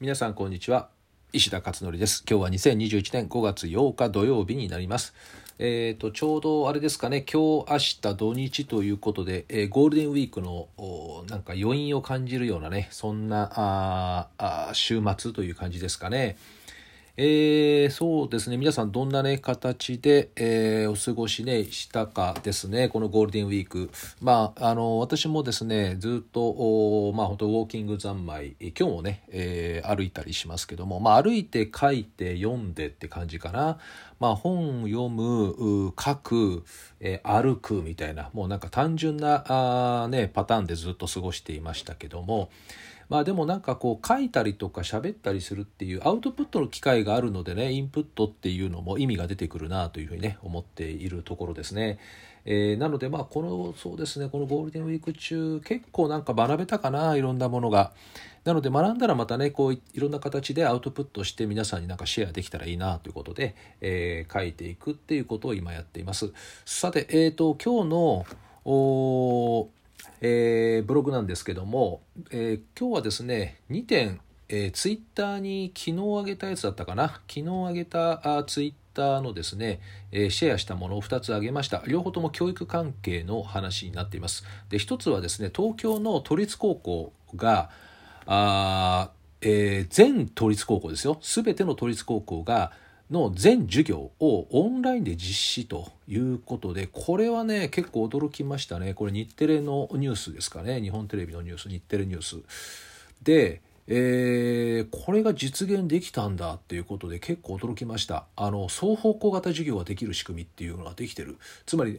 皆さんこんにちは。石田勝則です。今日は2021年5月8日土曜日になります。ちょうどあれですかね、今日明日土日ということで、ゴールデンウィークのなんか余韻を感じるようなね、そんな週末という感じですかね。そうですね、皆さんどんなね形で、お過ごしねしたかですね、このゴールデンウィーク。私もですねずっと本当ウォーキング三昧、今日もね、歩いたりしますけども、歩いて書いて読んでって感じかな。本読む、書く、歩くみたいな、もうなんか単純なパターンでずっと過ごしていましたけども、でもなんかこう書いたりとか喋ったりするっていうアウトプットの機会があるのでね、インプットっていうのも意味が出てくるなというふうにね思っているところですね。なのでそうですね、このゴールデンウィーク中結構なんか学べたかな、いろんなものが。なので学んだらまたねこういろんな形でアウトプットして皆さんになんかシェアできたらいいなということで、書いていくっていうことを今やっています。さて、今日のブログなんですけども、今日はですね2点、ツイッターに昨日上げたやつだったかな、昨日上げたツイッターのですね、シェアしたものを2つ上げました。両方とも教育関係の話になっています。で、1つはですね、東京の都立高校が全都立高校ですよ、全ての都立高校がの全授業をオンラインで実施ということで、これはね結構驚きましたね。これ日テレのニュースですかね、日本テレビのニュース、日テレニュースで、これが実現できたんだっていうことで結構驚きました。双方向型授業ができる仕組みっていうのができてる。つまり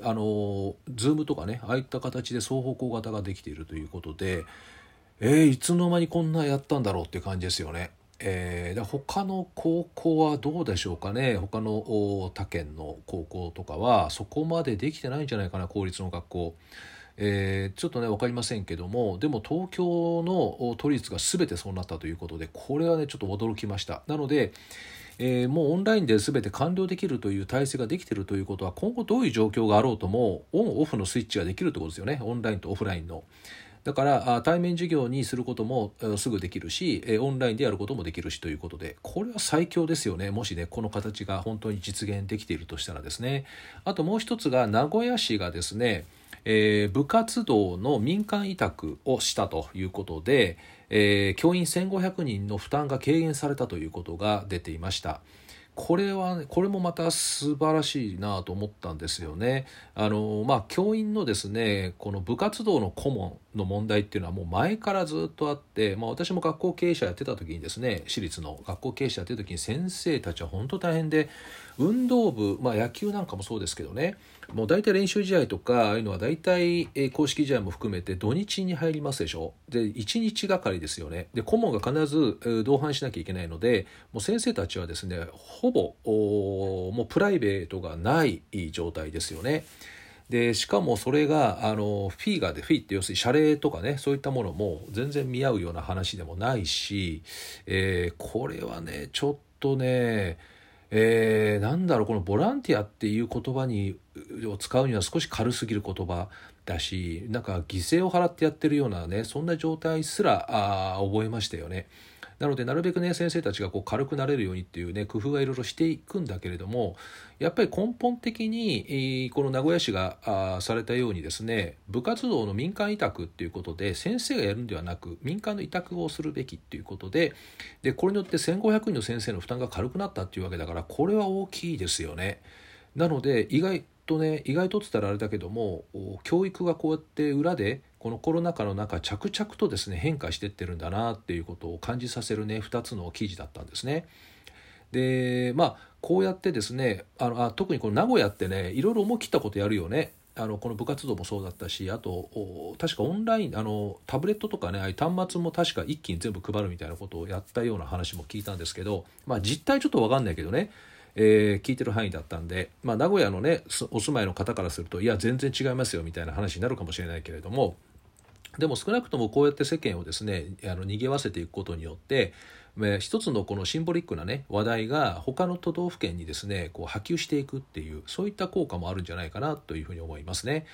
Zoom とかね、ああいった形で双方向型ができているということで、いつの間にこんなやったんだろうっていう感じですよね。他の高校はどうでしょうかね。他の他県の高校とかはそこまでできてないんじゃないかな、公立の学校。ちょっとね分かりませんけども、でも東京の都立が全てそうなったということで、これはねちょっと驚きました。なので、もうオンラインで全て完了できるという体制ができているということは、今後どういう状況があろうともオンオフのスイッチができるということですよね、オンラインとオフラインの。だから対面授業にすることもすぐできるし、オンラインでやることもできるしということで、これは最強ですよね。もしねこの形が本当に実現できているとしたらですね。あともう一つが、名古屋市がですね、部活動の民間委託をしたということで、教員1500人の負担が軽減されたということが出ていました。これもまた素晴らしいなと思ったんですよね。教員のですねこの部活動の顧問の問題っていうのはもう前からずっとあって、私も学校経営者やってた時にですね、私立の学校経営者やってた時に先生たちは本当大変で、運動部、野球なんかもそうですけどね、もう大体練習試合とかああいうのは大体公式試合も含めて土日に入りますでしょ。で1日がかりですよね。で顧問が必ず同伴しなきゃいけないので、もう先生たちはですねほぼもうプライベートがない状態ですよね。でしかもそれがフィーって要するに謝礼とかね、そういったものも全然見合うような話でもないし、これはねちょっとね、なんだろう、このボランティアっていう言葉を使うには少し軽すぎる言葉だし、なんか犠牲を払ってやってるようなね、そんな状態すら覚えましたよね。なのでなるべくね先生たちがこう軽くなれるようにっていうね工夫はいろいろしていくんだけれども、やっぱり根本的にこの名古屋市がされたようにですね、部活動の民間委託っていうことで先生がやるんではなく民間の委託をするべきっていうことで、これによって1500人の先生の負担が軽くなったっていうわけだから、これは大きいですよね。なので意外とって言ったらあれだけども、教育がこうやって裏でこのコロナ禍の中着々とですね変化していってるんだなっていうことを感じさせるね2つの記事だったんですね。でこうやってですね特にこの名古屋ってねいろいろ思い切ったことやるよね。この部活動もそうだったし、あと確かオンラインタブレットとかね、端末も確か一気に全部配るみたいなことをやったような話も聞いたんですけど、実態ちょっと分かんないけどね、聞いてる範囲だったんで、名古屋のねお住まいの方からするといや全然違いますよみたいな話になるかもしれないけれども、でも少なくともこうやって世間をですね賑わせていくことによって、一つのこのシンボリックなね話題が他の都道府県にですねこう波及していくっていう、そういった効果もあるんじゃないかなというふうに思いますね。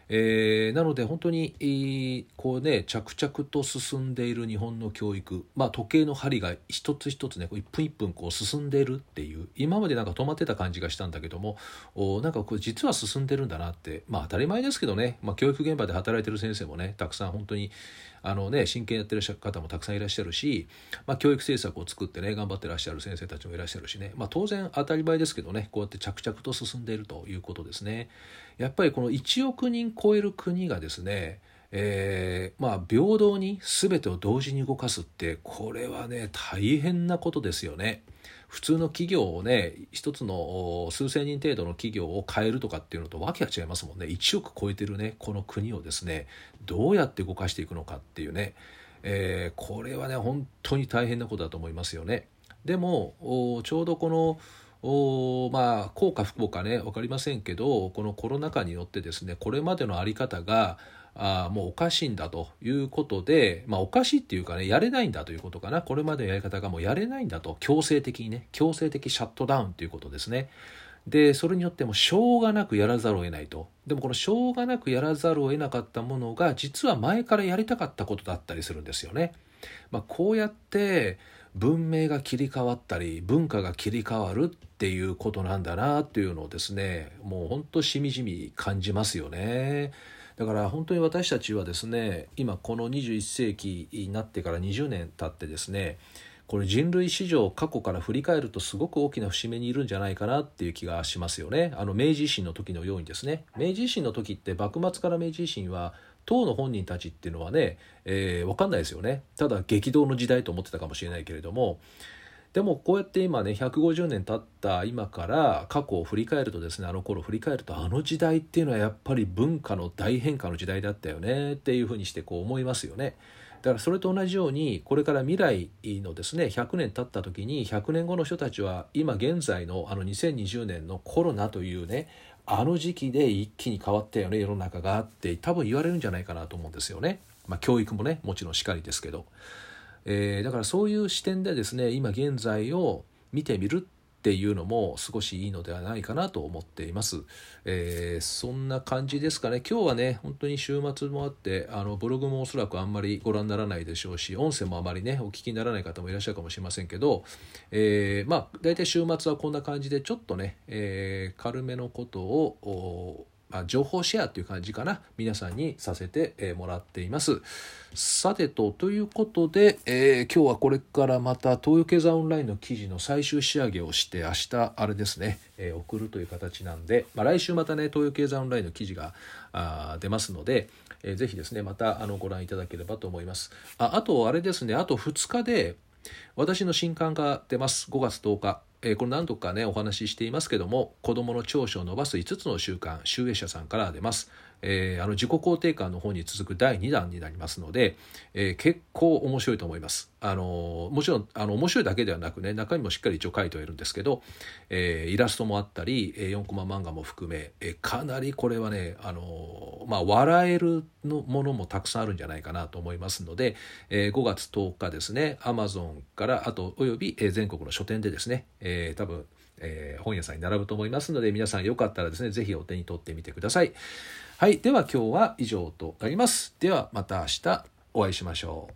なので本当に、こうね着々と進んでいる日本の教育、時計の針が一つ一つね一分一分こう進んでいるっていう、今までなんか止まってた感じがしたんだけども、なんかこれ実は進んでるんだなって、当たり前ですけどね、教育現場で働いてる先生もねたくさん本当に真剣やってらっしゃる方もたくさんいらっしゃるし、教育政策を作ってね頑張ってらっしゃる先生たちもいらっしゃるしね、当然当たり前ですけどね、こうやって着々と進んでいるということですね。やっぱりこの1億人超える国がですね、平等に全てを同時に動かすって、これはね大変なことですよね。普通の企業をね一つの数千人程度の企業を変えるとかっていうのとわけが違いますもんね。1億超えてるねこの国をですねどうやって動かしていくのかっていうね、これはね本当に大変なことだと思いますよね。でもちょうどこの幸か不幸かね分かりませんけど、このコロナ禍によってですねこれまでの在り方がもうおかしいんだということで、おかしいっていうかねやれないんだということかな、これまでのやり方がもうやれないんだと、強制的シャットダウンということですね。でそれによってもしょうがなくやらざるを得ないと。でもこのしょうがなくやらざるを得なかったものが実は前からやりたかったことだったりするんですよね。こうやって文明が切り替わったり文化が切り替わるっていうことなんだなっていうのをですねもう本当しみじみ感じますよね。だから本当に私たちはですね今この21世紀になってから20年経ってですね、これ人類史上過去から振り返るとすごく大きな節目にいるんじゃないかなっていう気がしますよね。明治維新の時のようにですね、明治維新の時って幕末から明治維新は当の本人たちっていうのはね、分かんないですよね。ただ激動の時代と思ってたかもしれないけれども、でもこうやって今ね150年経った今から過去を振り返るとですね、あの頃振り返ると時代っていうのはやっぱり文化の大変化の時代だったよねっていうふうにしてこう思いますよね。だからそれと同じようにこれから未来のですね100年経った時に100年後の人たちは今現在の2020年のコロナというね時期で一気に変わったよね世の中がって多分言われるんじゃないかなと思うんですよね。教育もねもちろんしかりですけど、だからそういう視点でですね今現在を見てみるっていうのも少しいいのではないかなと思っています。そんな感じですかね。今日はね本当に週末もあってブログもおそらくあんまりご覧にならないでしょうし、音声もあまりねお聞きにならない方もいらっしゃるかもしれませんけど、大体週末はこんな感じでちょっとね、軽めのことを情報シェアという感じかな、皆さんにさせてもらっています。さてということで、今日はこれからまた東洋経済オンラインの記事の最終仕上げをして明日あれですね、送るという形なんで、来週またね東洋経済オンラインの記事が出ますので、ぜひですねまたご覧いただければと思います。あとあれですね、あと2日で私の新刊が出ます。5月10日。これ何度かねお話ししていますけども、子どもの長所を伸ばす5つの習慣、集英社さんから出ます。自己肯定感の方に続く第2弾になりますので、結構面白いと思います。もちろん面白いだけではなくね、中身もしっかり一応書いてはいるんですけど、イラストもあったり4コマ漫画も含め、かなりこれはね笑えるのものもたくさんあるんじゃないかなと思いますので、5月10日ですね Amazon からあとおよび全国の書店でですね、多分本屋さんに並ぶと思いますので、皆さんよかったらですねぜひお手に取ってみてください。はい、では今日は以上となります。ではまた明日お会いしましょう。